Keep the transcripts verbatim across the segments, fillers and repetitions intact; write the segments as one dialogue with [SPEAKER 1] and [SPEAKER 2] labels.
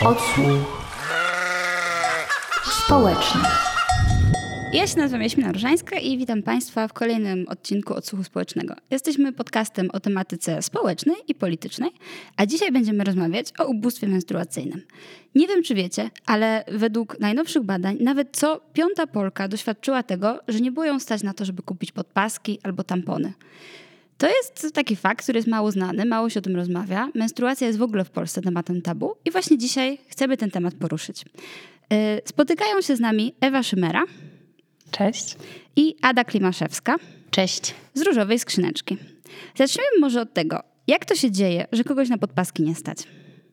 [SPEAKER 1] Odsłuch społeczny.
[SPEAKER 2] Ja się nazywam Jaśmina Różańska i witam Państwa w kolejnym odcinku Odsłuchu Społecznego. Jesteśmy podcastem o tematyce społecznej i politycznej, a dzisiaj będziemy rozmawiać o ubóstwie menstruacyjnym. Nie wiem, czy wiecie, ale według najnowszych badań nawet co piąta Polka doświadczyła tego, że nie było ją stać na to, żeby kupić podpaski albo tampony. To jest taki fakt, który jest mało znany, mało się o tym rozmawia. Menstruacja jest w ogóle w Polsce tematem tabu i właśnie dzisiaj chcemy ten temat poruszyć. Spotykają się z nami Ewa Szymera.
[SPEAKER 3] Cześć.
[SPEAKER 2] I Ada Klimaszewska.
[SPEAKER 3] Cześć.
[SPEAKER 2] Z Różowej Skrzyneczki. Zacznijmy może od tego, jak to się dzieje, że kogoś na podpaski nie stać?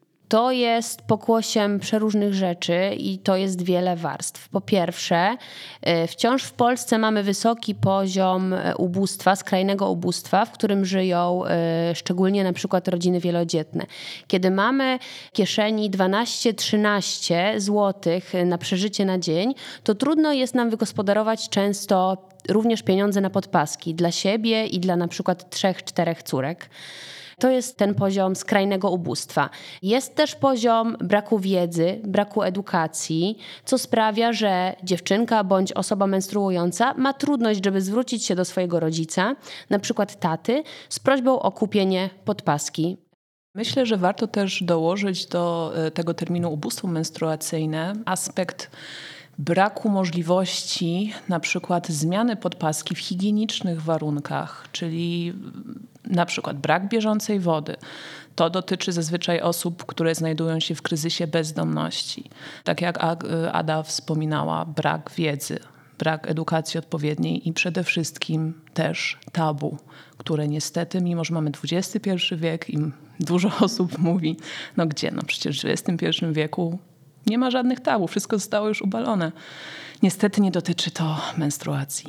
[SPEAKER 3] To jest pokłosiem przeróżnych rzeczy i to jest wiele warstw. Po pierwsze, wciąż w Polsce mamy wysoki poziom ubóstwa, skrajnego ubóstwa, w którym żyją szczególnie na przykład rodziny wielodzietne. Kiedy mamy w kieszeni dwanaście trzynaście złotych na przeżycie na dzień, to trudno jest nam wygospodarować często również pieniądze na podpaski dla siebie i dla na przykład trzech, czterech córek. To jest ten poziom skrajnego ubóstwa. Jest też poziom braku wiedzy, braku edukacji, co sprawia, że dziewczynka bądź osoba menstruująca ma trudność, żeby zwrócić się do swojego rodzica, na przykład taty, z prośbą o kupienie podpaski.
[SPEAKER 4] Myślę, że warto też dołożyć do tego terminu ubóstwo menstruacyjne aspekt braku możliwości na przykład zmiany podpaski w higienicznych warunkach, czyli na przykład brak bieżącej wody. To dotyczy zazwyczaj osób, które znajdują się w kryzysie bezdomności. Tak jak Ada wspominała, brak wiedzy, brak edukacji odpowiedniej i przede wszystkim też tabu, które niestety, mimo że mamy dwudziesty pierwszy wiek i dużo osób mówi, no gdzie, no przecież w dwudziestym pierwszym wieku nie ma żadnych tabu, wszystko zostało już ubalone. Niestety nie dotyczy to menstruacji.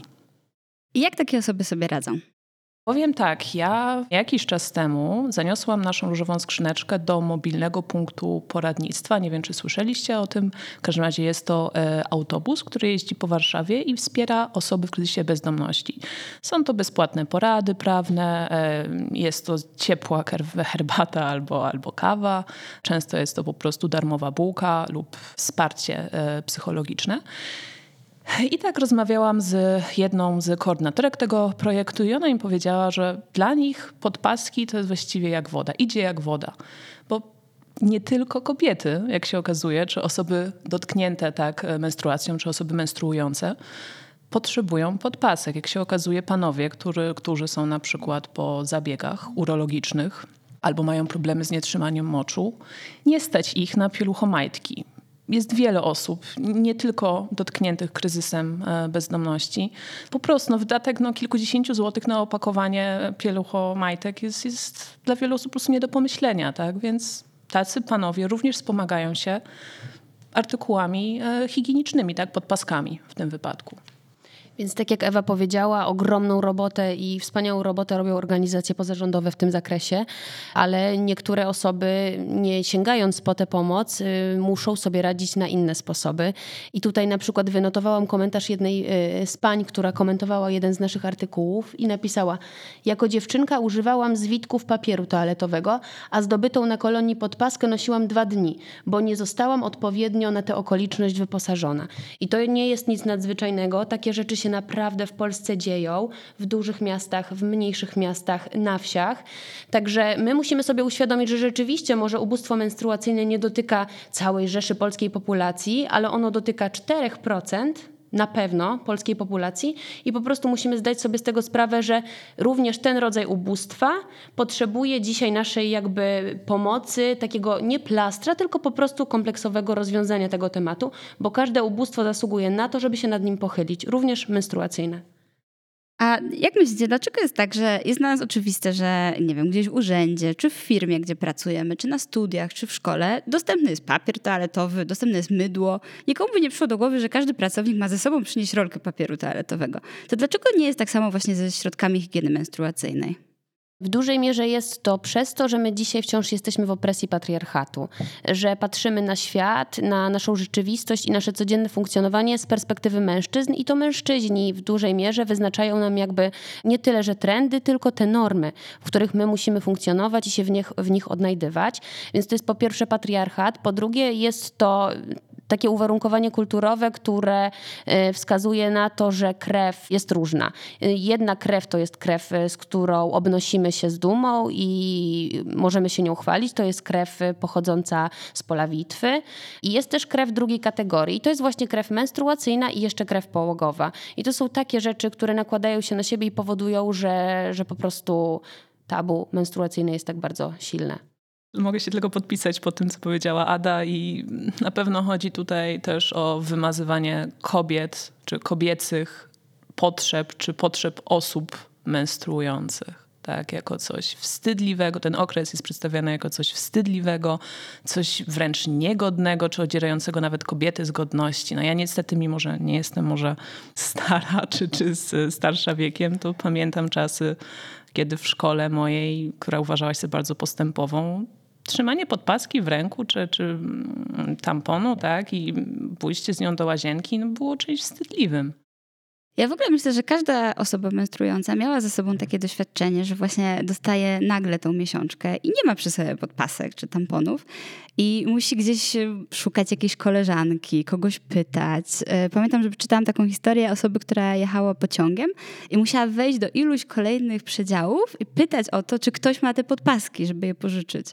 [SPEAKER 2] I jak takie osoby sobie radzą?
[SPEAKER 4] Powiem tak, ja jakiś czas temu zaniosłam naszą Różową Skrzyneczkę do mobilnego punktu poradnictwa. Nie wiem, czy słyszeliście o tym. W każdym razie jest to e, autobus, który jeździ po Warszawie i wspiera osoby w kryzysie bezdomności. Są to bezpłatne porady prawne, e, jest to ciepła herbata albo, albo kawa. Często jest to po prostu darmowa bułka lub wsparcie e, psychologiczne. I tak rozmawiałam z jedną z koordynatorek tego projektu i ona im powiedziała, że dla nich podpaski to jest właściwie jak woda, idzie jak woda. Bo nie tylko kobiety, jak się okazuje, czy osoby dotknięte tak menstruacją, czy osoby menstruujące potrzebują podpasek. Jak się okazuje, panowie, którzy, którzy są na przykład po zabiegach urologicznych albo mają problemy z nietrzymaniem moczu, nie stać ich na pieluchomajtki. Jest wiele osób, nie tylko dotkniętych kryzysem bezdomności. Po prostu no, wydatek no, kilkudziesięciu złotych na opakowanie pieluchomajtek jest, jest dla wielu osób po prostu nie do pomyślenia. Tak? Więc tacy panowie również wspomagają się artykułami higienicznymi, tak? Podpaskami w tym wypadku.
[SPEAKER 3] Więc tak jak Ewa powiedziała, ogromną robotę i wspaniałą robotę robią organizacje pozarządowe w tym zakresie, ale niektóre osoby, nie sięgając po tę pomoc, muszą sobie radzić na inne sposoby. I tutaj na przykład wynotowałam komentarz jednej z pań, która komentowała jeden z naszych artykułów i napisała: jako dziewczynka używałam zwitków papieru toaletowego, a zdobytą na kolonii podpaskę nosiłam dwa dni, bo nie zostałam odpowiednio na tę okoliczność wyposażona. I to nie jest nic nadzwyczajnego, takie rzeczy się naprawdę w Polsce dzieją, w dużych miastach, w mniejszych miastach, na wsiach. Także my musimy sobie uświadomić, że rzeczywiście może ubóstwo menstruacyjne nie dotyka całej rzeszy polskiej populacji, ale ono dotyka cztery procent na pewno polskiej populacji i po prostu musimy zdać sobie z tego sprawę, że również ten rodzaj ubóstwa potrzebuje dzisiaj naszej jakby pomocy, takiego nie plastra, tylko po prostu kompleksowego rozwiązania tego tematu, bo każde ubóstwo zasługuje na to, żeby się nad nim pochylić, również menstruacyjne.
[SPEAKER 2] A jak myślicie, dlaczego jest tak, że jest dla nas oczywiste, że nie wiem, gdzieś w urzędzie, czy w firmie, gdzie pracujemy, czy na studiach, czy w szkole, dostępny jest papier toaletowy, dostępne jest mydło. Nikomu by nie przyszło do głowy, że każdy pracownik ma ze sobą przynieść rolkę papieru toaletowego. To dlaczego nie jest tak samo właśnie ze środkami higieny menstruacyjnej?
[SPEAKER 3] W dużej mierze jest to przez to, że my dzisiaj wciąż jesteśmy w opresji patriarchatu, że patrzymy na świat, na naszą rzeczywistość i nasze codzienne funkcjonowanie z perspektywy mężczyzn i to mężczyźni w dużej mierze wyznaczają nam jakby nie tyle, że trendy, tylko te normy, w których my musimy funkcjonować i się w nich, w nich odnajdywać. Więc to jest po pierwsze patriarchat, po drugie jest to takie uwarunkowanie kulturowe, które wskazuje na to, że krew jest różna. Jedna krew to jest krew, z którą obnosimy się z dumą i możemy się nią chwalić. To jest krew pochodząca z pola bitwy. I jest też krew drugiej kategorii. I to jest właśnie krew menstruacyjna i jeszcze krew połogowa. I to są takie rzeczy, które nakładają się na siebie i powodują, że, że po prostu tabu menstruacyjne jest tak bardzo silne.
[SPEAKER 4] Mogę się tylko podpisać pod tym, co powiedziała Ada i na pewno chodzi tutaj też o wymazywanie kobiet, czy kobiecych potrzeb, czy potrzeb osób menstruujących. Tak, jako coś wstydliwego. Ten okres jest przedstawiany jako coś wstydliwego, coś wręcz niegodnego, czy odzierającego nawet kobiety z godności. No ja niestety, mimo że nie jestem może stara, czy, czy starsza wiekiem, to pamiętam czasy, kiedy w szkole mojej, która uważała się bardzo postępową, trzymanie podpaski w ręku, czy, czy tamponu, tak, i pójście z nią do łazienki, no, było czymś wstydliwym.
[SPEAKER 2] Ja w ogóle myślę, że każda osoba menstruująca miała ze sobą takie doświadczenie, że właśnie dostaje nagle tą miesiączkę i nie ma przy sobie podpasek czy tamponów i musi gdzieś szukać jakiejś koleżanki, kogoś pytać. Pamiętam, że czytałam taką historię osoby, która jechała pociągiem i musiała wejść do iluś kolejnych przedziałów i pytać o to, czy ktoś ma te podpaski, żeby je pożyczyć.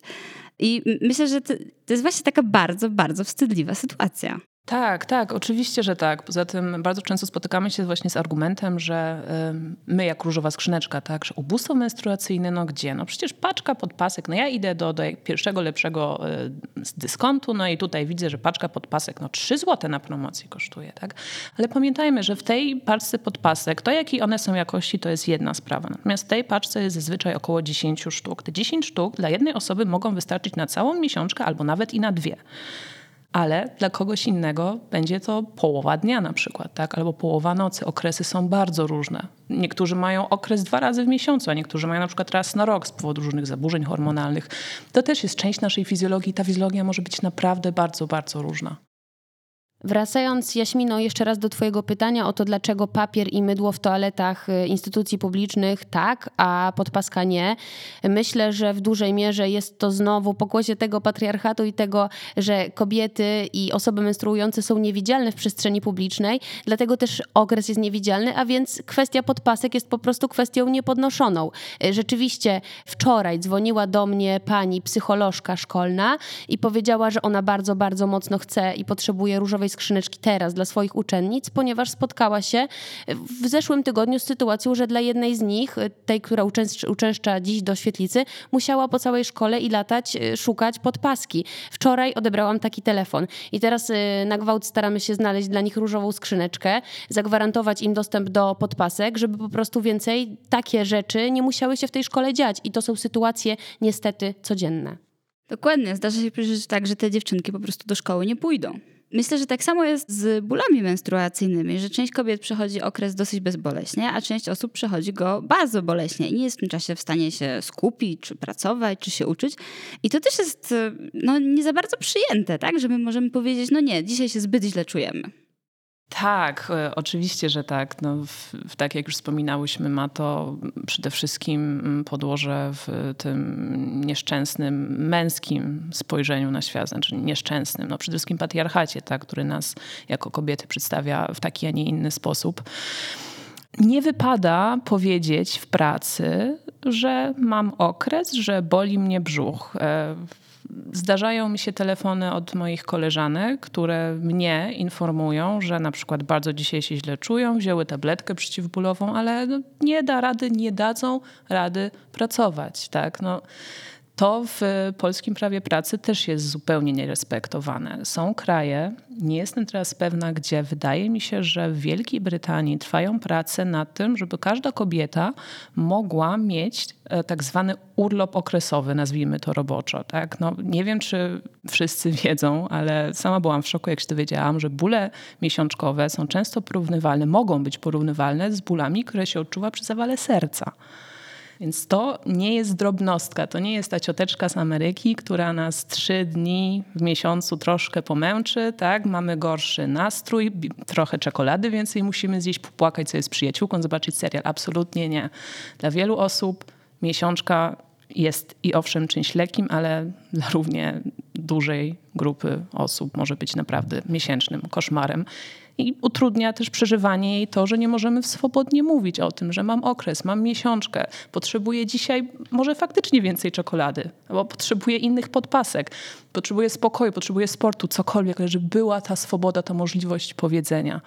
[SPEAKER 2] I myślę, że to, to jest właśnie taka bardzo, bardzo wstydliwa sytuacja.
[SPEAKER 4] Tak, tak, oczywiście, że tak. Poza tym bardzo często spotykamy się właśnie z argumentem, że my jak różowa skrzyneczka, tak, że ubóstwo menstruacyjne, no gdzie? No przecież paczka podpasek, no ja idę do, do pierwszego lepszego dyskontu, no i tutaj widzę, że paczka podpasek, no trzy złote na promocji kosztuje, tak? Ale pamiętajmy, że w tej paczce podpasek, to jakiej one są jakości, to jest jedna sprawa. Natomiast w tej paczce jest zazwyczaj około dziesięć sztuk. Te dziesięć sztuk dla jednej osoby mogą wystarczyć na całą miesiączkę albo nawet i na dwie. Ale dla kogoś innego będzie to połowa dnia na przykład, tak? Albo połowa nocy. Okresy są bardzo różne. Niektórzy mają okres dwa razy w miesiącu, a niektórzy mają na przykład raz na rok z powodu różnych zaburzeń hormonalnych. To też jest część naszej fizjologii. Ta fizjologia może być naprawdę bardzo, bardzo różna.
[SPEAKER 3] Wracając, Jaśmino, jeszcze raz do twojego pytania o to, dlaczego papier i mydło w toaletach instytucji publicznych tak, a podpaska nie. Myślę, że w dużej mierze jest to znowu pokłosie tego patriarchatu i tego, że kobiety i osoby menstruujące są niewidzialne w przestrzeni publicznej, dlatego też okres jest niewidzialny, a więc kwestia podpasek jest po prostu kwestią niepodnoszoną. Rzeczywiście wczoraj dzwoniła do mnie pani psycholożka szkolna i powiedziała, że ona bardzo, bardzo mocno chce i potrzebuje różowej skrzyneczki teraz dla swoich uczennic, ponieważ spotkała się w zeszłym tygodniu z sytuacją, że dla jednej z nich, tej, która uczęszcza, uczęszcza dziś do świetlicy, musiała po całej szkole i latać, szukać podpaski. Wczoraj odebrałam taki telefon i teraz na gwałt staramy się znaleźć dla nich różową skrzyneczkę, zagwarantować im dostęp do podpasek, żeby po prostu więcej takie rzeczy nie musiały się w tej szkole dziać i to są sytuacje niestety codzienne.
[SPEAKER 2] Dokładnie, zdarza się przecież tak, że te dziewczynki po prostu do szkoły nie pójdą. Myślę, że tak samo jest z bólami menstruacyjnymi, że część kobiet przechodzi okres dosyć bezboleśnie, a część osób przechodzi go bardzo boleśnie i nie jest w tym czasie w stanie się skupić, czy pracować, czy się uczyć. I to też jest no, nie za bardzo przyjęte, tak? Że my możemy powiedzieć, no nie, dzisiaj się zbyt źle czujemy.
[SPEAKER 4] Tak, oczywiście, że tak. No, w, w, tak jak już wspominałyśmy, ma to przede wszystkim podłoże w tym nieszczęsnym męskim spojrzeniu na świat, znaczy nieszczęsnym, no przede wszystkim patriarchacie, tak, który nas jako kobiety przedstawia w taki, a nie inny sposób. Nie wypada powiedzieć w pracy, że mam okres, że boli mnie brzuch. Zdarzają mi się telefony od moich koleżanek, które mnie informują, że na przykład bardzo dzisiaj się źle czują, wzięły tabletkę przeciwbólową, ale no nie da rady, nie dadzą rady pracować. Tak? No, to w polskim prawie pracy też jest zupełnie nierespektowane. Są kraje, nie jestem teraz pewna gdzie, wydaje mi się, że w Wielkiej Brytanii trwają prace nad tym, żeby każda kobieta mogła mieć tak zwany urlop okresowy, nazwijmy to roboczo. Tak? No, nie wiem, czy wszyscy wiedzą, ale sama byłam w szoku, jak się dowiedziałam, że bóle miesiączkowe są często porównywalne, mogą być porównywalne z bólami, które się odczuwa przy zawale serca. Więc to nie jest drobnostka, to nie jest ta cioteczka z Ameryki, która nas trzy dni w miesiącu troszkę pomęczy, tak? Mamy gorszy nastrój, trochę czekolady więcej musimy zjeść, popłakać sobie z przyjaciółką, zobaczyć serial. Absolutnie nie. Dla wielu osób miesiączka jest i owszem czymś lekkim, ale dla równie dużej grupy osób może być naprawdę miesięcznym koszmarem. I utrudnia też przeżywanie jej to, że nie możemy swobodnie mówić o tym, że mam okres, mam miesiączkę, potrzebuję dzisiaj może faktycznie więcej czekolady, albo potrzebuję innych podpasek, potrzebuję spokoju, potrzebuję sportu, cokolwiek, ale żeby była ta swoboda, ta możliwość powiedzenia.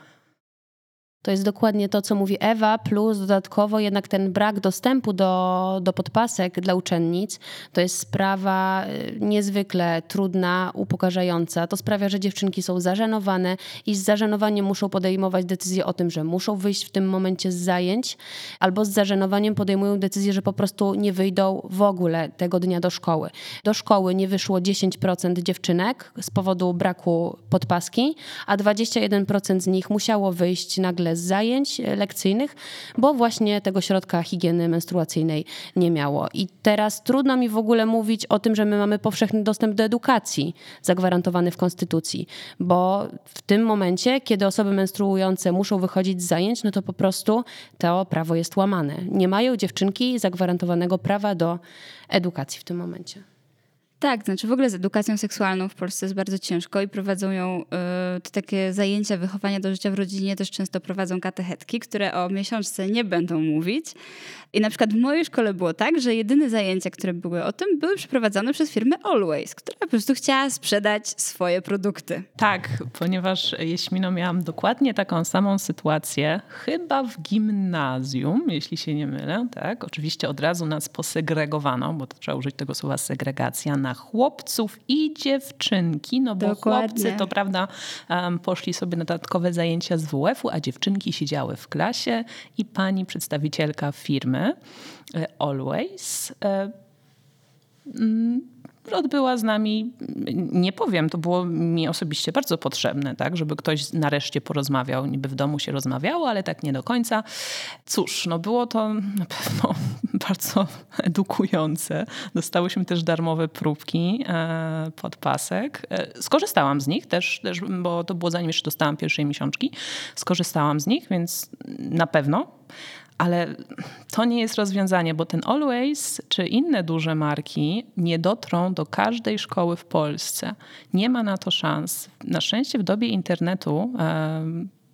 [SPEAKER 3] To jest dokładnie to, co mówi Ewa, plus dodatkowo jednak ten brak dostępu do, do podpasek dla uczennic to jest sprawa niezwykle trudna, upokarzająca. To sprawia, że dziewczynki są zażenowane i z zażenowaniem muszą podejmować decyzję o tym, że muszą wyjść w tym momencie z zajęć, albo z zażenowaniem podejmują decyzję, że po prostu nie wyjdą w ogóle tego dnia do szkoły. Do szkoły nie wyszło dziesięć procent dziewczynek z powodu braku podpaski, a dwadzieścia jeden procent z nich musiało wyjść nagle z zajęć lekcyjnych, bo właśnie tego środka higieny menstruacyjnej nie miało. I teraz trudno mi w ogóle mówić o tym, że my mamy powszechny dostęp do edukacji zagwarantowany w Konstytucji, bo w tym momencie, kiedy osoby menstruujące muszą wychodzić z zajęć, no to po prostu to prawo jest łamane. Nie mają dziewczynki zagwarantowanego prawa do edukacji w tym momencie.
[SPEAKER 2] Tak, znaczy w ogóle z edukacją seksualną w Polsce jest bardzo ciężko i prowadzą ją y, te takie zajęcia wychowania do życia w rodzinie też często prowadzą katechetki, które o miesiączce nie będą mówić. I na przykład w mojej szkole było tak, że jedyne zajęcia, które były o tym, były przeprowadzone przez firmę Always, która po prostu chciała sprzedać swoje produkty.
[SPEAKER 4] Tak, ponieważ Jeśmino, miałam dokładnie taką samą sytuację, chyba w gimnazjum, jeśli się nie mylę, tak? Oczywiście od razu nas posegregowano, bo to trzeba użyć tego słowa segregacja, na chłopców i dziewczynki, no bo
[SPEAKER 2] Dokładnie.
[SPEAKER 4] chłopcy to prawda um, poszli sobie na dodatkowe zajęcia z W F-u, a dziewczynki siedziały w klasie i pani przedstawicielka firmy Always odbyła z nami, nie powiem, to było mi osobiście bardzo potrzebne, tak, żeby ktoś nareszcie porozmawiał, niby w domu się rozmawiało, ale tak nie do końca. Cóż, no było to na pewno bardzo edukujące. Dostałyśmy też darmowe próbki e, podpasek. E, skorzystałam z nich też, też, bo to było zanim jeszcze dostałam pierwszej miesiączki. Skorzystałam z nich, więc na pewno. Ale to nie jest rozwiązanie, bo ten Always czy inne duże marki nie dotrą do każdej szkoły w Polsce. Nie ma na to szans. Na szczęście w dobie internetu e,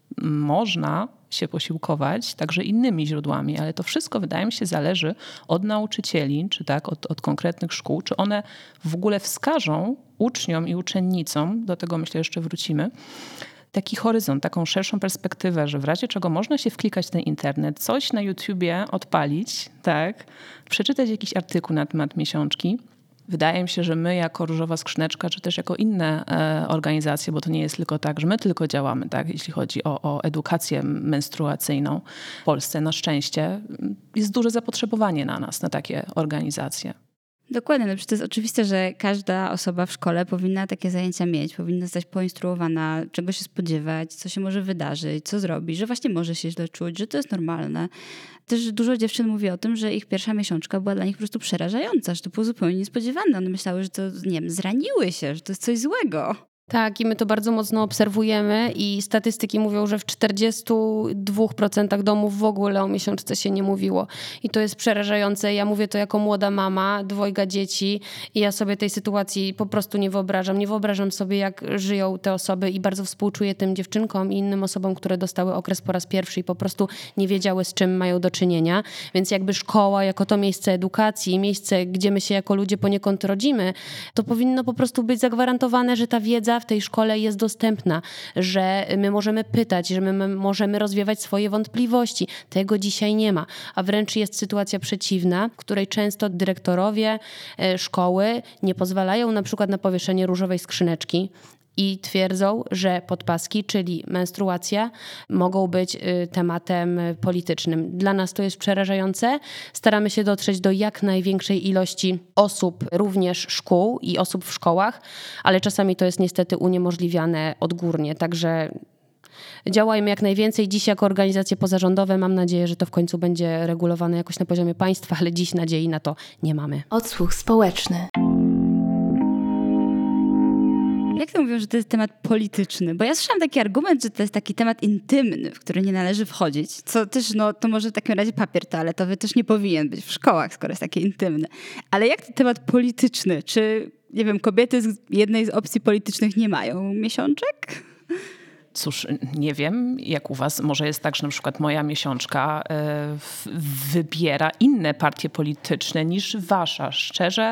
[SPEAKER 4] można się posiłkować także innymi źródłami, ale to wszystko wydaje mi się zależy od nauczycieli, czy tak, od, od konkretnych szkół, czy one w ogóle wskażą uczniom i uczennicom, do tego myślę jeszcze wrócimy, taki horyzont, taką szerszą perspektywę, że w razie czego można się wklikać w ten internet, coś na YouTubie odpalić, tak, przeczytać jakiś artykuł na temat miesiączki. Wydaje mi się, że my jako Różowa Skrzyneczka, czy też jako inne e, organizacje, bo to nie jest tylko tak, że my tylko działamy, tak, jeśli chodzi o, o edukację menstruacyjną w Polsce, na szczęście jest duże zapotrzebowanie na nas, na takie organizacje.
[SPEAKER 2] Dokładnie, no przecież to jest oczywiste, że każda osoba w szkole powinna takie zajęcia mieć, powinna zostać poinstruowana, czego się spodziewać, co się może wydarzyć, co zrobić, że właśnie może się źle czuć, że to jest normalne. Też dużo dziewczyn mówi o tym, że ich pierwsza miesiączka była dla nich po prostu przerażająca, że to było zupełnie niespodziewane. One myślały, że to, nie wiem, zraniły się, że to jest coś złego.
[SPEAKER 3] Tak, i my to bardzo mocno obserwujemy i statystyki mówią, że w czterdziestu dwóch procentach domów w ogóle o miesiączce się nie mówiło. I to jest przerażające. Ja mówię to jako młoda mama, dwojga dzieci i ja sobie tej sytuacji po prostu nie wyobrażam. Nie wyobrażam sobie, jak żyją te osoby i bardzo współczuję tym dziewczynkom i innym osobom, które dostały okres po raz pierwszy i po prostu nie wiedziały, z czym mają do czynienia. Więc jakby szkoła, jako to miejsce edukacji, miejsce, gdzie my się jako ludzie poniekąd rodzimy, to powinno po prostu być zagwarantowane, że ta wiedza w tej szkole jest dostępna, że my możemy pytać, że my możemy rozwiewać swoje wątpliwości. Tego dzisiaj nie ma, a wręcz jest sytuacja przeciwna, w której często dyrektorowie szkoły nie pozwalają na przykład na powieszenie różowej skrzyneczki i twierdzą, że podpaski, czyli menstruacja, mogą być tematem politycznym. Dla nas to jest przerażające. Staramy się dotrzeć do jak największej ilości osób, również szkół i osób w szkołach, ale czasami to jest niestety uniemożliwiane odgórnie. Także Działajmy jak najwięcej. Dziś jako organizacje pozarządowe mam nadzieję, że to w końcu będzie regulowane jakoś na poziomie państwa, ale dziś nadziei na to nie mamy.
[SPEAKER 1] Odsłuch społeczny.
[SPEAKER 2] Jak to mówią, że to jest temat polityczny? Bo ja słyszałam taki argument, że to jest taki temat intymny, w który nie należy wchodzić. Co też, no to może w takim razie papier toaletowy też nie powinien być w szkołach, skoro jest taki intymny. Ale jak to temat polityczny? Czy, nie wiem, kobiety z jednej z opcji politycznych nie mają miesiączek?
[SPEAKER 4] Cóż, nie wiem, jak u was. Może jest tak, że na przykład moja miesiączka y, wybiera inne partie polityczne niż wasza. Szczerze,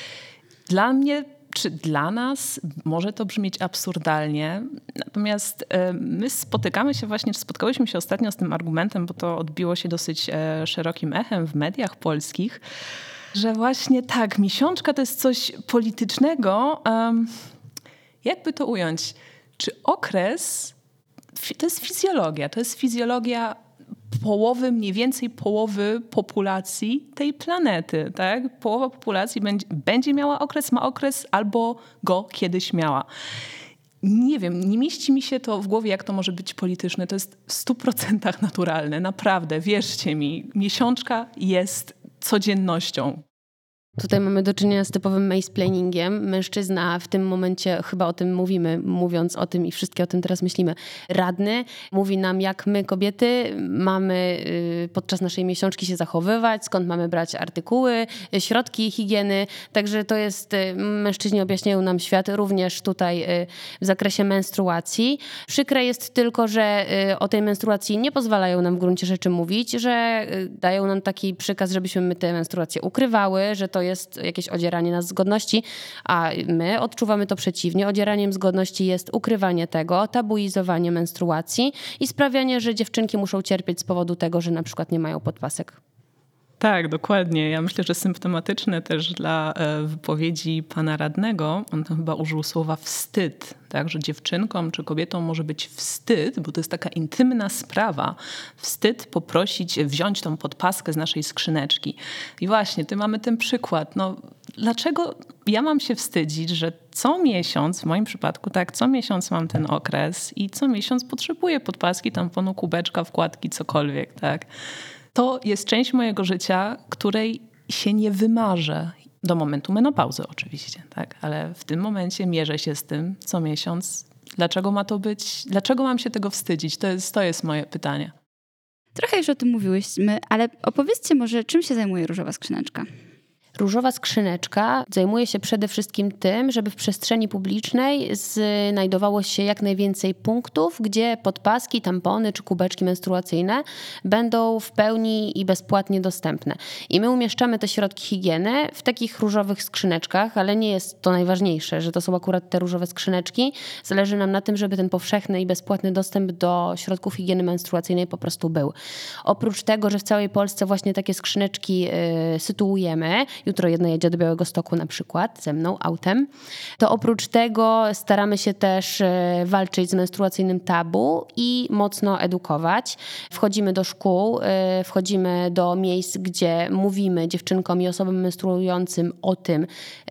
[SPEAKER 4] dla mnie czy dla nas może to brzmieć absurdalnie, natomiast y, my spotykamy się właśnie, spotkałyśmy się ostatnio z tym argumentem, bo to odbiło się dosyć y, szerokim echem w mediach polskich, że właśnie tak, miesiączka to jest coś politycznego. Um, jakby to ująć? Czy okres, to jest fizjologia, to jest fizjologia połowy, mniej więcej połowy populacji tej planety, tak? Połowa populacji będzie, będzie miała okres, ma okres albo go kiedyś miała. Nie wiem, nie mieści mi się to w głowie, jak to może być polityczne. To jest w stu procentach naturalne, naprawdę, wierzcie mi. Miesiączka jest codziennością.
[SPEAKER 3] Tutaj mamy do czynienia z typowym mansplainingiem. Mężczyzna, w tym momencie chyba o tym mówimy, mówiąc o tym i wszystkie o tym teraz myślimy. Radny mówi nam, jak my kobiety mamy podczas naszej miesiączki się zachowywać, skąd mamy brać artykuły, środki higieny. Także to jest, mężczyźni objaśniają nam świat również tutaj w zakresie menstruacji. Przykre jest tylko, że o tej menstruacji nie pozwalają nam w gruncie rzeczy mówić, że dają nam taki przykaz, żebyśmy my tę menstruację ukrywały, że to jest jakieś odzieranie nas z godności, a my odczuwamy to przeciwnie. Odzieraniem z godności jest ukrywanie tego, tabuizowanie menstruacji i sprawianie, że dziewczynki muszą cierpieć z powodu tego, że na przykład nie mają podpasek.
[SPEAKER 4] Tak, dokładnie. Ja myślę, że symptomatyczne też dla wypowiedzi pana radnego, on tam chyba użył słowa wstyd, tak, że dziewczynkom czy kobietom może być wstyd, bo to jest taka intymna sprawa, wstyd poprosić, wziąć tą podpaskę z naszej skrzyneczki. I właśnie, tu mamy ten przykład. No, dlaczego ja mam się wstydzić, że co miesiąc, w moim przypadku tak, co miesiąc mam ten okres i co miesiąc potrzebuję podpaski, tamponu, kubeczka, wkładki, cokolwiek, tak. To jest część mojego życia, której się nie wymarzę. Do momentu menopauzy oczywiście, tak? Ale w tym momencie mierzę się z tym co miesiąc. Dlaczego ma to być? Dlaczego mam się tego wstydzić? To jest, to jest moje pytanie.
[SPEAKER 2] Trochę już o tym mówiłyśmy, ale opowiedzcie może, czym się zajmuje Różowa Skrzyneczka?
[SPEAKER 3] Różowa Skrzyneczka zajmuje się przede wszystkim tym, żeby w przestrzeni publicznej znajdowało się jak najwięcej punktów, gdzie podpaski, tampony czy kubeczki menstruacyjne będą w pełni i bezpłatnie dostępne. I my umieszczamy te środki higieny w takich różowych skrzyneczkach, ale nie jest to najważniejsze, że to są akurat te różowe skrzyneczki. Zależy nam na tym, żeby ten powszechny i bezpłatny dostęp do środków higieny menstruacyjnej po prostu był. Oprócz tego, że w całej Polsce właśnie takie skrzyneczki yy, sytuujemy, jutro jedna jedzie do Białegostoku na przykład ze mną autem, to oprócz tego staramy się też walczyć z menstruacyjnym tabu i mocno edukować. Wchodzimy do szkół, wchodzimy do miejsc, gdzie mówimy dziewczynkom i osobom menstruującym o tym,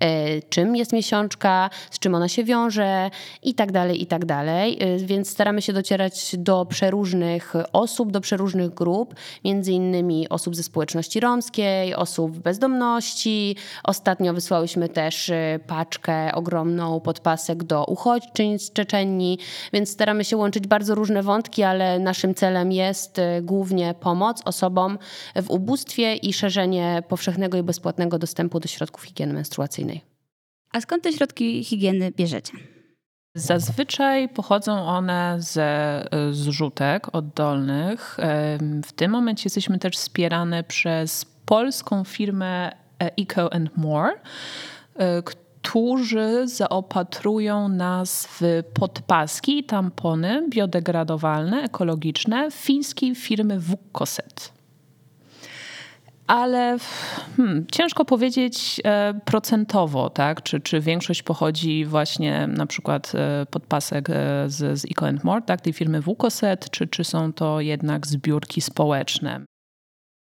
[SPEAKER 3] czym jest miesiączka, z czym ona się wiąże i tak dalej, i tak dalej. Więc staramy się docierać do przeróżnych osób, do przeróżnych grup, między innymi osób ze społeczności romskiej, osób w bezdomności. Ostatnio wysłałyśmy też paczkę ogromną podpasek do uchodźczyń z Czeczenii, więc staramy się łączyć bardzo różne wątki, ale naszym celem jest głównie pomoc osobom w ubóstwie i szerzenie powszechnego i bezpłatnego dostępu do środków higieny menstruacyjnej.
[SPEAKER 2] A skąd te środki higieny bierzecie?
[SPEAKER 4] Zazwyczaj pochodzą one ze zrzutek oddolnych. W tym momencie jesteśmy też wspierane przez polską firmę Eco and More, którzy zaopatrują nas w podpaski i tampony biodegradowalne, ekologiczne fińskiej firmy Vuckoset. Ale hmm, ciężko powiedzieć e, procentowo, tak? Czy, czy większość pochodzi właśnie na przykład e, podpasek e, z, z Eco and More, tak? Tej firmy Vuckoset, czy, czy są to jednak zbiórki społeczne.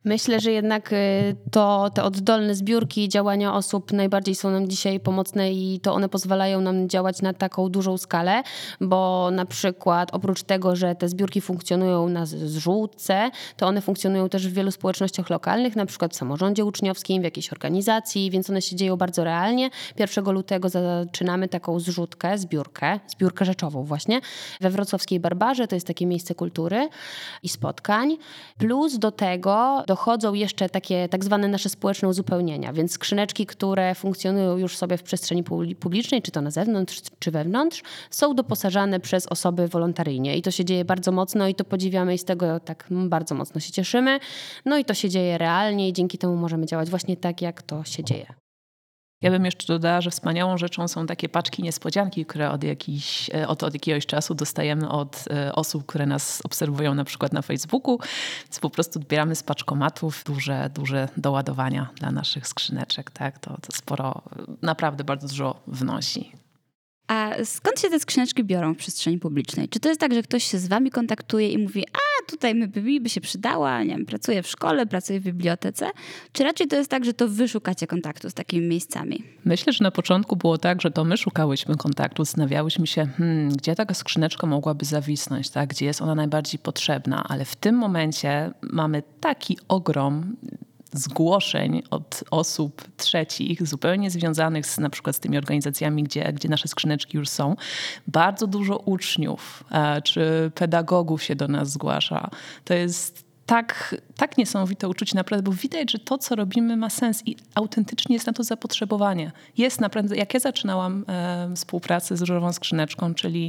[SPEAKER 3] Myślę, że jednak to te oddolne zbiórki, działania osób najbardziej są nam dzisiaj pomocne i to one pozwalają nam działać na taką dużą skalę, bo na przykład oprócz tego, że te zbiórki funkcjonują na zrzutce, to one funkcjonują też w wielu społecznościach lokalnych, na przykład w samorządzie uczniowskim, w jakiejś organizacji, więc one się dzieją bardzo realnie. pierwszego lutego zaczynamy taką zrzutkę, zbiórkę, zbiórkę rzeczową właśnie we wrocławskiej Barbarze, to jest takie miejsce kultury i spotkań. Plus do tego dochodzą jeszcze takie tak zwane nasze społeczne uzupełnienia, więc skrzyneczki, które funkcjonują już sobie w przestrzeni publicznej, czy to na zewnątrz, czy wewnątrz, są doposażane przez osoby wolontaryjnie i to się dzieje bardzo mocno i to podziwiamy i z tego tak bardzo mocno się cieszymy. No i to się dzieje realnie i dzięki temu możemy działać właśnie tak, jak to się dzieje.
[SPEAKER 4] Ja bym jeszcze dodała, że wspaniałą rzeczą są takie paczki niespodzianki, które od, jakiś, od, od jakiegoś czasu dostajemy od osób, które nas obserwują na przykład na Facebooku. Więc po prostu odbieramy z paczkomatów duże, duże doładowania dla naszych skrzyneczek. Tak? To, to sporo, naprawdę bardzo dużo wnosi.
[SPEAKER 2] A skąd się te skrzyneczki biorą w przestrzeni publicznej? Czy to jest tak, że ktoś się z wami kontaktuje i mówi, a tutaj my by, by się przydała, nie wiem, pracuję w szkole, pracuję w bibliotece? Czy raczej to jest tak, że to wy szukacie kontaktu z takimi miejscami?
[SPEAKER 4] Myślę, że na początku było tak, że to my szukałyśmy kontaktu, zastanawiałyśmy się, hmm, gdzie taka skrzyneczka mogłaby zawisnąć, tak? Gdzie jest ona najbardziej potrzebna, ale w tym momencie mamy taki ogrom zgłoszeń od osób trzecich, zupełnie związanych z, na przykład z tymi organizacjami, gdzie, gdzie nasze skrzyneczki już są. Bardzo dużo uczniów e, czy pedagogów się do nas zgłasza. To jest tak, tak niesamowite uczucie naprawdę, bo widać, że to, co robimy, ma sens i autentycznie jest na to zapotrzebowanie. Jest naprawdę, jak ja zaczynałam e, współpracę z Różową Skrzyneczką, czyli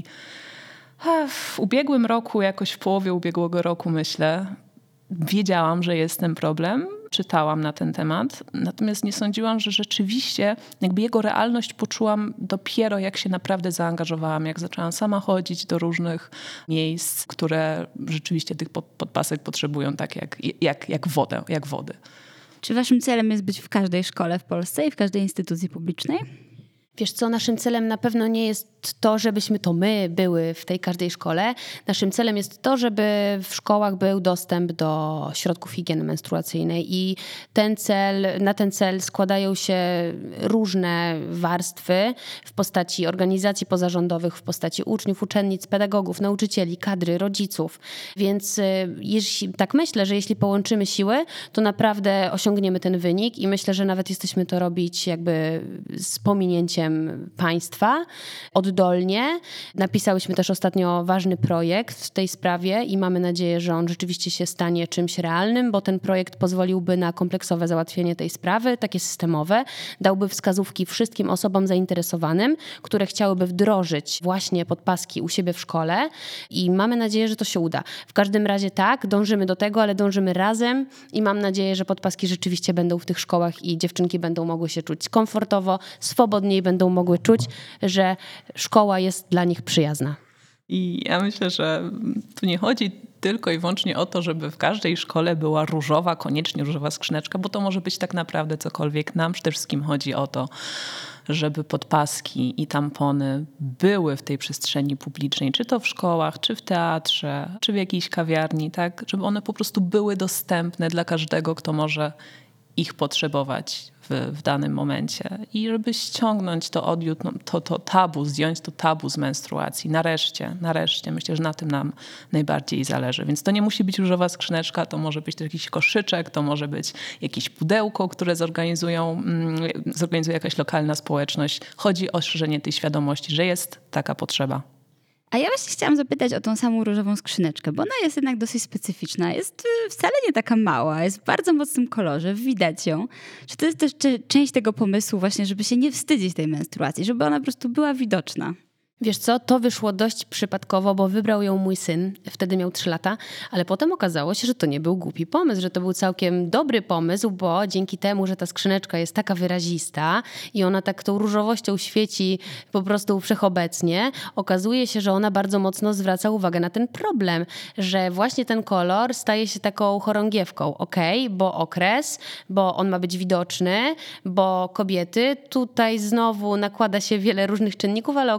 [SPEAKER 4] e, w ubiegłym roku, jakoś w połowie ubiegłego roku, myślę, wiedziałam, że jest ten problem, czytałam na ten temat, natomiast nie sądziłam, że rzeczywiście jakby jego realność poczułam dopiero jak się naprawdę zaangażowałam, jak zaczęłam sama chodzić do różnych miejsc, które rzeczywiście tych podpasek potrzebują tak jak, jak, jak wodę, jak wody.
[SPEAKER 2] Czy waszym celem jest być w każdej szkole w Polsce i w każdej instytucji publicznej?
[SPEAKER 3] Wiesz co, naszym celem na pewno nie jest to, żebyśmy to my były w tej każdej szkole. Naszym celem jest to, żeby w szkołach był dostęp do środków higieny menstruacyjnej i ten cel, na ten cel składają się różne warstwy w postaci organizacji pozarządowych, w postaci uczniów, uczennic, pedagogów, nauczycieli, kadry, rodziców. Więc jeśli, tak myślę, że jeśli połączymy siły, to naprawdę osiągniemy ten wynik i myślę, że nawet jesteśmy to robić jakby z pominięciem państwa oddolnie. Napisałyśmy też ostatnio ważny projekt w tej sprawie i mamy nadzieję, że on rzeczywiście się stanie czymś realnym, bo ten projekt pozwoliłby na kompleksowe załatwienie tej sprawy, takie systemowe, dałby wskazówki wszystkim osobom zainteresowanym, które chciałyby wdrożyć właśnie podpaski u siebie w szkole i mamy nadzieję, że to się uda. W każdym razie tak, dążymy do tego, ale dążymy razem i mam nadzieję, że podpaski rzeczywiście będą w tych szkołach i dziewczynki będą mogły się czuć komfortowo, swobodniej będą będą mogły czuć, że szkoła jest dla nich przyjazna.
[SPEAKER 4] I ja myślę, że tu nie chodzi tylko i wyłącznie o to, żeby w każdej szkole była różowa, koniecznie różowa skrzyneczka, bo to może być tak naprawdę cokolwiek. Nam przede wszystkim chodzi o to, żeby podpaski i tampony były w tej przestrzeni publicznej, czy to w szkołach, czy w teatrze, czy w jakiejś kawiarni, tak, żeby one po prostu były dostępne dla każdego, kto może ich potrzebować w, w danym momencie i żeby ściągnąć to odjut, no, to, to tabu, zdjąć to tabu z menstruacji. Nareszcie, nareszcie. Myślę, że na tym nam najbardziej zależy. Więc to nie musi być różowa skrzyneczka, to może być jakiś koszyczek, to może być jakieś pudełko, które zorganizują, mm, zorganizuje jakaś lokalna społeczność. Chodzi o szerzenie tej świadomości, że jest taka potrzeba.
[SPEAKER 2] A ja właśnie chciałam zapytać o tą samą różową skrzyneczkę, bo ona jest jednak dosyć specyficzna. Jest wcale nie taka mała, jest w bardzo mocnym kolorze, widać ją. Czy to jest też część tego pomysłu właśnie, żeby się nie wstydzić tej menstruacji, żeby ona po prostu była widoczna?
[SPEAKER 3] Wiesz co, to wyszło dość przypadkowo, bo wybrał ją mój syn, wtedy miał trzy lata, ale potem okazało się, że to nie był głupi pomysł, że to był całkiem dobry pomysł, bo dzięki temu, że ta skrzyneczka jest taka wyrazista i ona tak tą różowością świeci po prostu wszechobecnie, okazuje się, że ona bardzo mocno zwraca uwagę na ten problem, że właśnie ten kolor staje się taką chorągiewką, okej, okay, bo okres, bo on ma być widoczny, bo kobiety, tutaj znowu nakłada się wiele różnych czynników, ale okazuje się,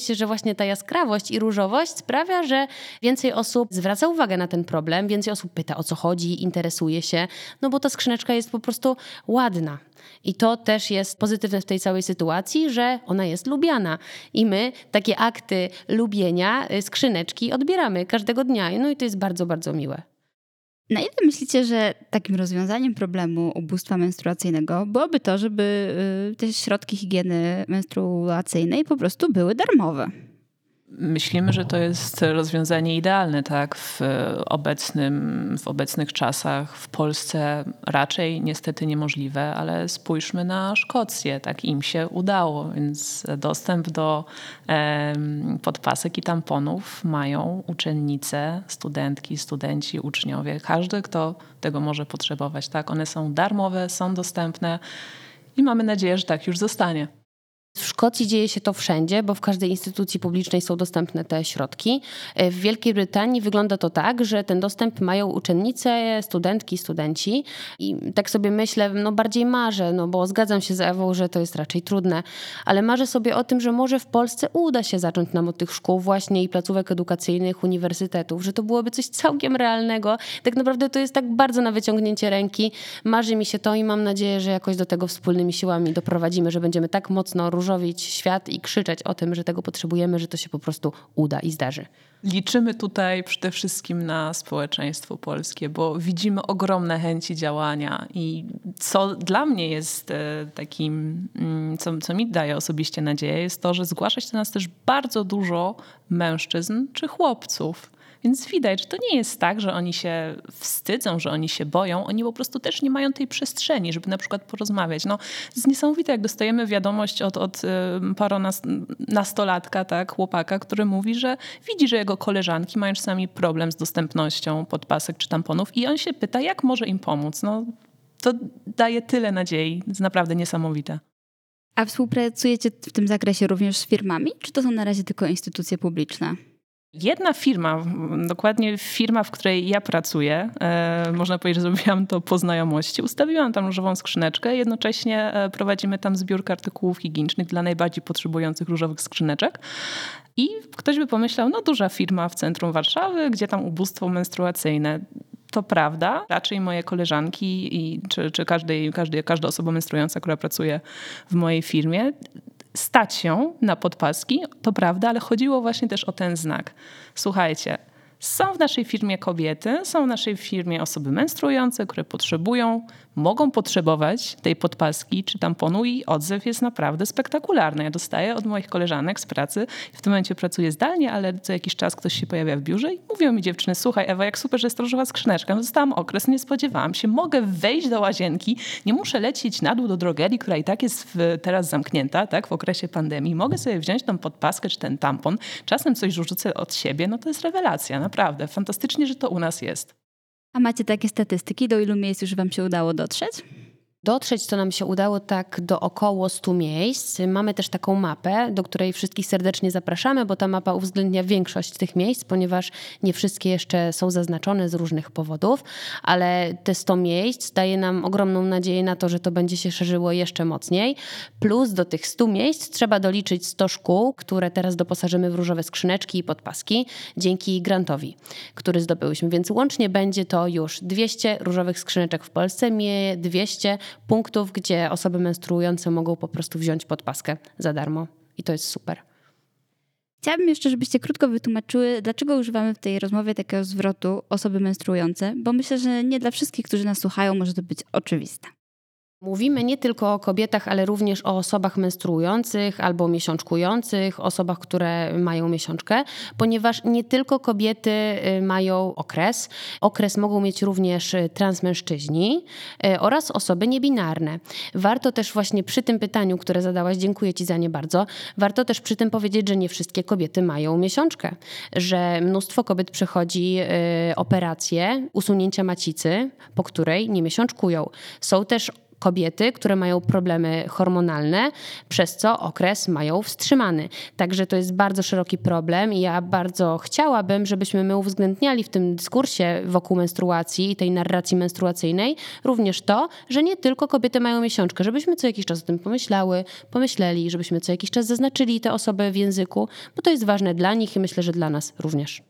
[SPEAKER 3] się, że właśnie ta jaskrawość i różowość sprawia, że więcej osób zwraca uwagę na ten problem, więcej osób pyta, o co chodzi, interesuje się, no bo ta skrzyneczka jest po prostu ładna. I to też jest pozytywne w tej całej sytuacji, że ona jest lubiana. I my takie akty lubienia skrzyneczki odbieramy każdego dnia. No i to jest bardzo, bardzo miłe.
[SPEAKER 2] Na ile myślicie, że takim rozwiązaniem problemu ubóstwa menstruacyjnego byłoby to, żeby te środki higieny menstruacyjnej po prostu były darmowe?
[SPEAKER 4] Myślimy, że to jest rozwiązanie idealne, tak? W obecnym, w obecnych czasach w Polsce raczej niestety niemożliwe, ale spójrzmy na Szkocję, tak im się udało, więc dostęp do em, podpasek i tamponów mają uczennice, studentki, studenci, uczniowie, każdy, kto tego może potrzebować, tak? One są darmowe, są dostępne i mamy nadzieję, że tak już zostanie.
[SPEAKER 3] W Szkocji dzieje się to wszędzie, bo w każdej instytucji publicznej są dostępne te środki. W Wielkiej Brytanii wygląda to tak, że ten dostęp mają uczennice, studentki, studenci i tak sobie myślę, no bardziej marzę, no bo zgadzam się z Ewą, że to jest raczej trudne, ale marzę sobie o tym, że może w Polsce uda się zacząć nam od tych szkół właśnie i placówek edukacyjnych, uniwersytetów, że to byłoby coś całkiem realnego. Tak naprawdę to jest tak bardzo na wyciągnięcie ręki. Marzy mi się to i mam nadzieję, że jakoś do tego wspólnymi siłami doprowadzimy, że będziemy tak mocno różowić świat i krzyczeć o tym, że tego potrzebujemy, że to się po prostu uda i zdarzy.
[SPEAKER 4] Liczymy tutaj przede wszystkim na społeczeństwo polskie, bo widzimy ogromne chęci działania i co dla mnie jest takim, co, co mi daje osobiście nadzieję, jest to, że zgłasza się do nas też bardzo dużo mężczyzn czy chłopców. Więc widać, że to nie jest tak, że oni się wstydzą, że oni się boją. Oni po prostu też nie mają tej przestrzeni, żeby na przykład porozmawiać. No, to jest niesamowite, jak dostajemy wiadomość od, od paronastolatka, tak, chłopaka, który mówi, że widzi, że jego koleżanki mają czasami problem z dostępnością podpasek czy tamponów i on się pyta, jak może im pomóc. No, to daje tyle nadziei. To jest naprawdę niesamowite.
[SPEAKER 2] A współpracujecie w tym zakresie również z firmami? Czy to są na razie tylko instytucje publiczne?
[SPEAKER 4] Jedna firma, dokładnie firma, w której ja pracuję, e, można powiedzieć, że zrobiłam to po znajomości, ustawiłam tam różową skrzyneczkę, jednocześnie prowadzimy tam zbiórkę artykułów higienicznych dla najbardziej potrzebujących różowych skrzyneczek. I ktoś by pomyślał, no duża firma w centrum Warszawy, gdzie tam ubóstwo menstruacyjne. To prawda, raczej moje koleżanki i, czy, czy każdej, każdej, każda osoba menstruująca, która pracuje w mojej firmie, stać się na podpaski, to prawda, ale chodziło właśnie też o ten znak. Słuchajcie, są w naszej firmie kobiety, są w naszej firmie osoby menstruujące, które potrzebują, mogą potrzebować tej podpaski czy tamponu i odzew jest naprawdę spektakularny. Ja dostaję od moich koleżanek z pracy, w tym momencie pracuję zdalnie, ale co jakiś czas ktoś się pojawia w biurze i mówią mi dziewczyny, słuchaj Ewa, jak super, że jest różowa skrzyneczka. No, dostałam okres, nie spodziewałam się, mogę wejść do łazienki, nie muszę lecieć na dół do drogerii, która i tak jest w, teraz zamknięta, tak, w okresie pandemii. Mogę sobie wziąć tą podpaskę czy ten tampon, czasem coś rzucę od siebie, no to jest rewelacja, naprawdę. Fantastycznie, że to u nas jest.
[SPEAKER 2] A macie takie statystyki, do ilu miejsc już wam się udało dotrzeć?
[SPEAKER 3] Dotrzeć to nam się udało tak do około stu miejsc. Mamy też taką mapę, do której wszystkich serdecznie zapraszamy, bo ta mapa uwzględnia większość tych miejsc, ponieważ nie wszystkie jeszcze są zaznaczone z różnych powodów, ale te sto miejsc daje nam ogromną nadzieję na to, że to będzie się szerzyło jeszcze mocniej. Plus do tych stu miejsc trzeba doliczyć sto szkół, które teraz doposażymy w różowe skrzyneczki i podpaski dzięki grantowi, który zdobyłyśmy. Więc łącznie będzie to już dwieście różowych skrzyneczek w Polsce, mie dwieście punktów, gdzie osoby menstruujące mogą po prostu wziąć podpaskę za darmo. I to jest super.
[SPEAKER 2] Chciałabym jeszcze, żebyście krótko wytłumaczyły, dlaczego używamy w tej rozmowie takiego zwrotu osoby menstruujące, bo myślę, że nie dla wszystkich, którzy nas słuchają, może to być oczywiste.
[SPEAKER 3] Mówimy nie tylko o kobietach, ale również o osobach menstruujących albo miesiączkujących, osobach, które mają miesiączkę, ponieważ nie tylko kobiety mają okres. Okres mogą mieć również transmężczyźni oraz osoby niebinarne. Warto też właśnie przy tym pytaniu, które zadałaś, dziękuję Ci za nie bardzo, warto też przy tym powiedzieć, że nie wszystkie kobiety mają miesiączkę, że mnóstwo kobiet przechodzi operację usunięcia macicy, po której nie miesiączkują. Są też kobiety, które mają problemy hormonalne, przez co okres mają wstrzymany. Także to jest bardzo szeroki problem i ja bardzo chciałabym, żebyśmy my uwzględniali w tym dyskursie wokół menstruacji i tej narracji menstruacyjnej również to, że nie tylko kobiety mają miesiączkę, żebyśmy co jakiś czas o tym pomyślały, pomyśleli, żebyśmy co jakiś czas zaznaczyli te osoby w języku, bo to jest ważne dla nich i myślę, że dla nas również.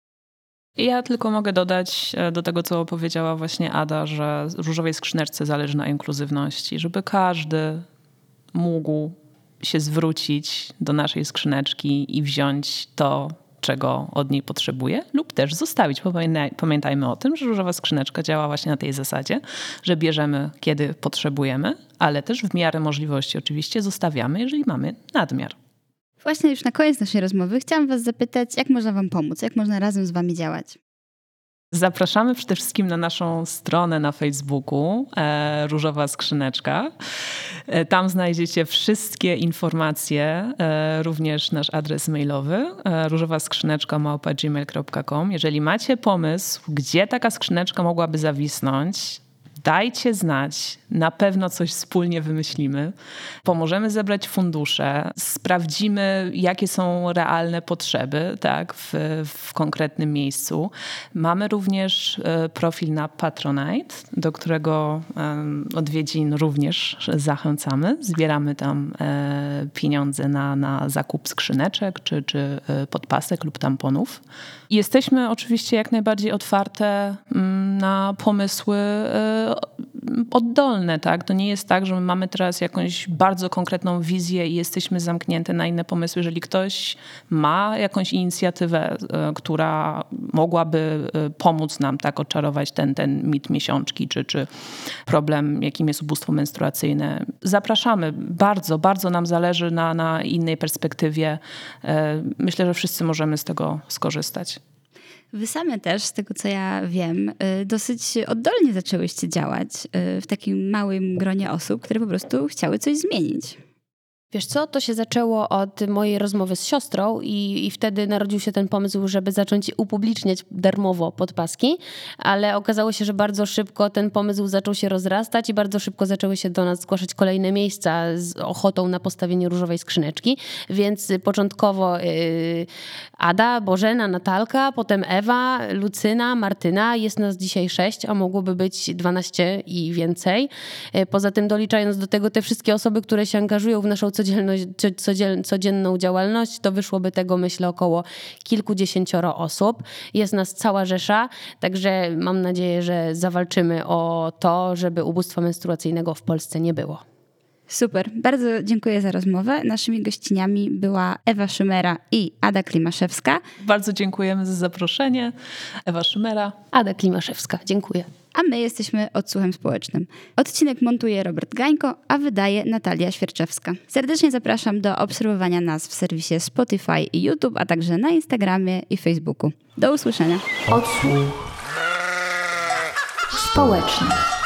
[SPEAKER 4] Ja tylko mogę dodać do tego, co powiedziała właśnie Ada, że Różowej Skrzyneczce zależy na inkluzywności, żeby każdy mógł się zwrócić do naszej skrzyneczki i wziąć to, czego od niej potrzebuje, lub też zostawić. Pamiętajmy o tym, że Różowa Skrzyneczka działa właśnie na tej zasadzie, że bierzemy, kiedy potrzebujemy, ale też w miarę możliwości oczywiście zostawiamy, jeżeli mamy nadmiar.
[SPEAKER 2] Właśnie już na koniec naszej rozmowy chciałam was zapytać, jak można wam pomóc, jak można razem z wami działać?
[SPEAKER 4] Zapraszamy przede wszystkim na naszą stronę na Facebooku e, Różowa Skrzyneczka. E, tam znajdziecie wszystkie informacje, e, również nasz adres mailowy e, różowa skrzyneczka małpa gmail kropka com. Jeżeli macie pomysł, gdzie taka skrzyneczka mogłaby zawisnąć, dajcie znać, na pewno coś wspólnie wymyślimy. Pomożemy zebrać fundusze, sprawdzimy, jakie są realne potrzeby, tak, w, w konkretnym miejscu. Mamy również profil na Patronite, do którego odwiedzin również zachęcamy. Zbieramy tam pieniądze na, na zakup skrzyneczek, czy, czy podpasek lub tamponów. Jesteśmy oczywiście jak najbardziej otwarte na pomysły oddolne, tak? To nie jest tak, że my mamy teraz jakąś bardzo konkretną wizję i jesteśmy zamknięte na inne pomysły. Jeżeli ktoś ma jakąś inicjatywę, która mogłaby pomóc nam tak odczarować ten, ten mit miesiączki, czy, czy problem, jakim jest ubóstwo menstruacyjne, zapraszamy. Bardzo, bardzo nam zależy na, na innej perspektywie. Myślę, że wszyscy możemy z tego skorzystać.
[SPEAKER 2] Wy same też, z tego co ja wiem, dosyć oddolnie zaczęłyście działać w takim małym gronie osób, które po prostu chciały coś zmienić.
[SPEAKER 3] Wiesz co, to się zaczęło od mojej rozmowy z siostrą i, i wtedy narodził się ten pomysł, żeby zacząć upubliczniać darmowo podpaski, ale okazało się, że bardzo szybko ten pomysł zaczął się rozrastać i bardzo szybko zaczęły się do nas zgłaszać kolejne miejsca z ochotą na postawienie Różowej Skrzyneczki, więc początkowo yy, Ada, Bożena, Natalka, potem Ewa, Lucyna, Martyna, jest nas dzisiaj sześć, a mogłoby być dwanaście i więcej. Yy, poza tym doliczając do tego te wszystkie osoby, które się angażują w naszą codzienną działalność, to wyszłoby tego, myślę, około kilkudziesięcioro osób. Jest nas cała rzesza, także mam nadzieję, że zawalczymy o to, żeby ubóstwa menstruacyjnego w Polsce nie było.
[SPEAKER 2] Super, bardzo dziękuję za rozmowę. Naszymi gościniami była Ewa Szymera i Ada Klimaszewska.
[SPEAKER 4] Bardzo dziękujemy za zaproszenie. Ewa Szymera.
[SPEAKER 3] Ada Klimaszewska, dziękuję.
[SPEAKER 2] A my jesteśmy Odsłuchem Społecznym. Odcinek montuje Robert Gańko, a wydaje Natalia Świerczewska. Serdecznie zapraszam do obserwowania nas w serwisie Spotify i YouTube, a także na Instagramie i Facebooku. Do usłyszenia.
[SPEAKER 1] Odsłuch Społeczny.